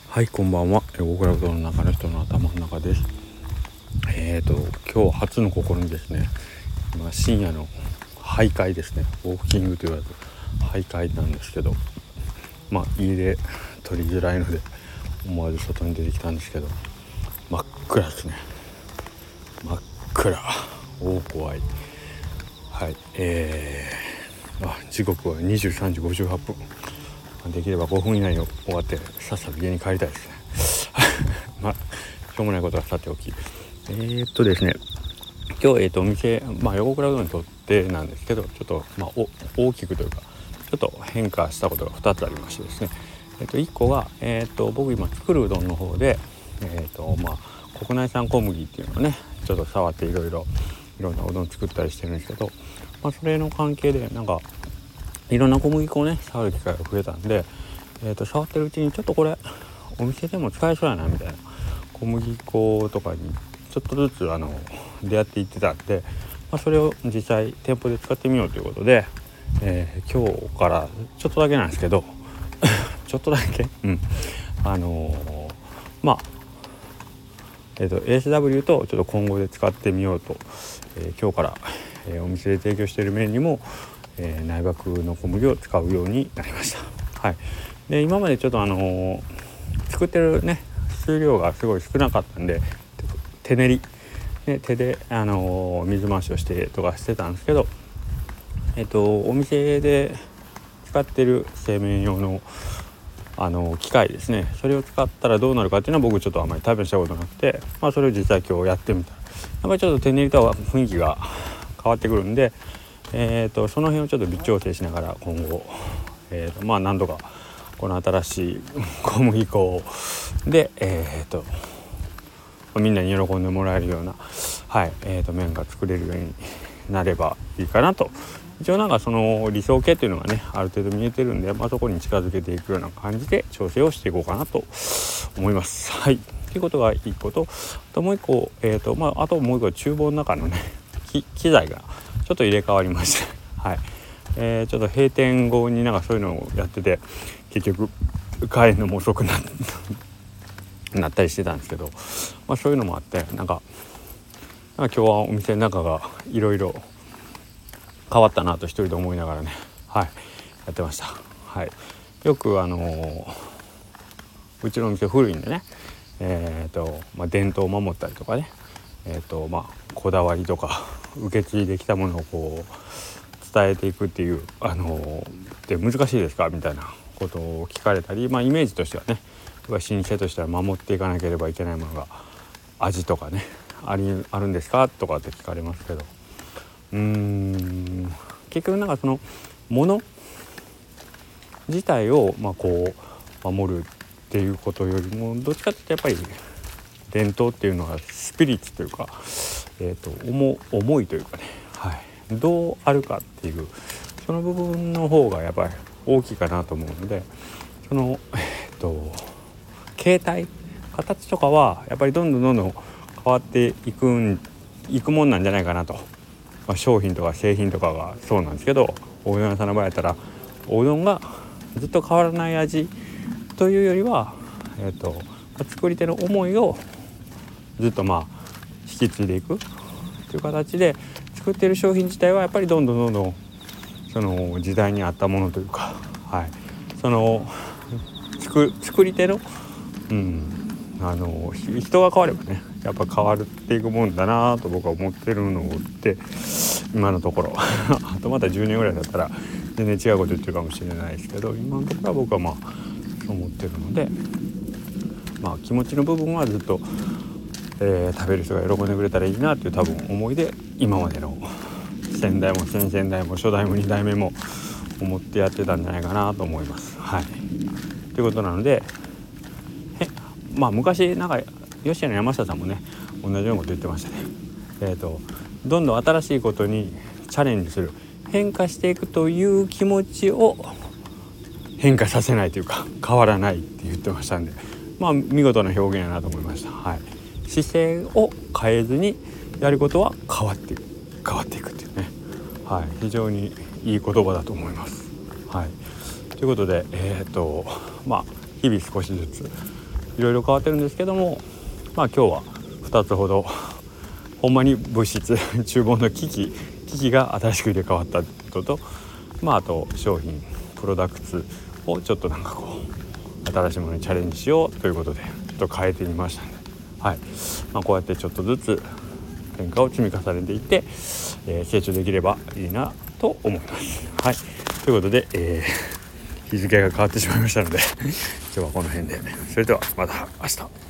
はい、こんばんは。極楽堂の中の人の頭の中です。今日初の試みですね。深夜の徘徊ですね。ウォーキングと言わず徘徊なんですけど、家で撮りづらいので思わず外に出てきたんですけど、真っ暗ですね。真っ暗。怖い。はい。時刻は23時58分。できれば5分以内に終わってさっさと家に帰りたいですね。しょうもないことはさておき、ですね、今日、お店、横倉うどんにとってなんですけど、ちょっと、大きくというかちょっと変化したことが2つありましてですね、1個が、僕今作るうどんの方で、国内産小麦っていうのをねちょっと触っていろんなうどん作ったりしてるんですけど、それの関係でなんかいろんな小麦粉をね触る機会が増えたんで、触ってるうちにちょっとこれお店でも使えそうやなみたいな小麦粉とかにちょっとずつ出会っていってたんで、それを実際店舗で使ってみようということで、今日からちょっとだけなんですけどちょっとだけASW とちょっと今後で使ってみようと、今日から、お店で提供している麺にも、内爆の小麦を使うようになりました。はい。で今までちょっと作ってるね数量がすごい少なかったんで手練り、手で水回しをしてとかしてたんですけど、お店で使ってる製麺用の機械ですね、それを使ったらどうなるかっていうのは僕ちょっとあまり試したことなくて、それを実際今日やってみたらやっぱりちょっと手練りとは雰囲気が変わってくるんで、その辺をちょっと微調整しながら今後、何度かこの新しい小麦粉で、みんなに喜んでもらえるような、麺が作れるようになればいいかなと。一応なんかその理想形っていうのがねある程度見えてるんで、そこに近づけていくような感じで調整をしていこうかなと思います。はい。ということが1個と、あともう1個、あともう1個は厨房の中のね機材がちょっと入れ替わりましてはい。ちょっと閉店後になんかそういうのをやってて結局帰るのも遅くなったりしてたんですけど、そういうのもあってなんか今日はお店の中がいろいろ変わったなと一人で思いながらね、やってました。はい。よくうちのお店古いんでね、伝統を守ったりとかね、こだわりとか受け継いできたものをこう伝えていくっていうで難しいですかみたいなことを聞かれたり、イメージとしてはね老舗としては守っていかなければいけないものが味とかねあるんですかとかって聞かれますけど、結局なんかそのもの自体をこう守るっていうことよりもどっちかっていうとやっぱり伝統っていうのはスピリッツというか、思いというかね、どうあるかっていうその部分の方がやっぱり大きいかなと思うので、その形態形とかはやっぱりどんどん変わっていくもんなんじゃないかなと、商品とか製品とかがそうなんですけど、おうどん屋さんの場合やったらおうどんがずっと変わらない味というよりは、作り手の思いをずっと引き継いでいくという形で作っている商品自体はやっぱりどんどんその時代に合ったものというか、その作り手の、人が変わればねやっぱ変わっていくもんだなと僕は思ってるので今のところあとまた10年ぐらいだったら全然違うこと言ってるかもしれないですけど、今のところは僕はそう思ってるので、気持ちの部分はずっと、食べる人が喜んでくれたらいいなっていう多分思いで今までの先代も先々代も初代も2代目も思ってやってたんじゃないかなと思います。はい。ということなので昔なんか吉野山下さんもね同じようなこと言ってましたね。どんどん新しいことにチャレンジする、変化していくという気持ちを変化させないというか変わらないって言ってましたんで、見事な表現やなと思いました。はい。姿勢を変えずにやることは変わっていくっていうね、非常にいい言葉だと思います。はい。ということで日々少しずついろいろ変わってるんですけども、今日は2つほどほんまに物質厨房の機器が新しく入れ替わったことと、あと商品プロダクツをちょっと新しいものにチャレンジしようということでちょっと変えてみましたので、こうやってちょっとずつ変化を積み重ねていって、成長できればいいなと思います。ということで、日付が変わってしまいましたので今日はこの辺で、それではまた明日。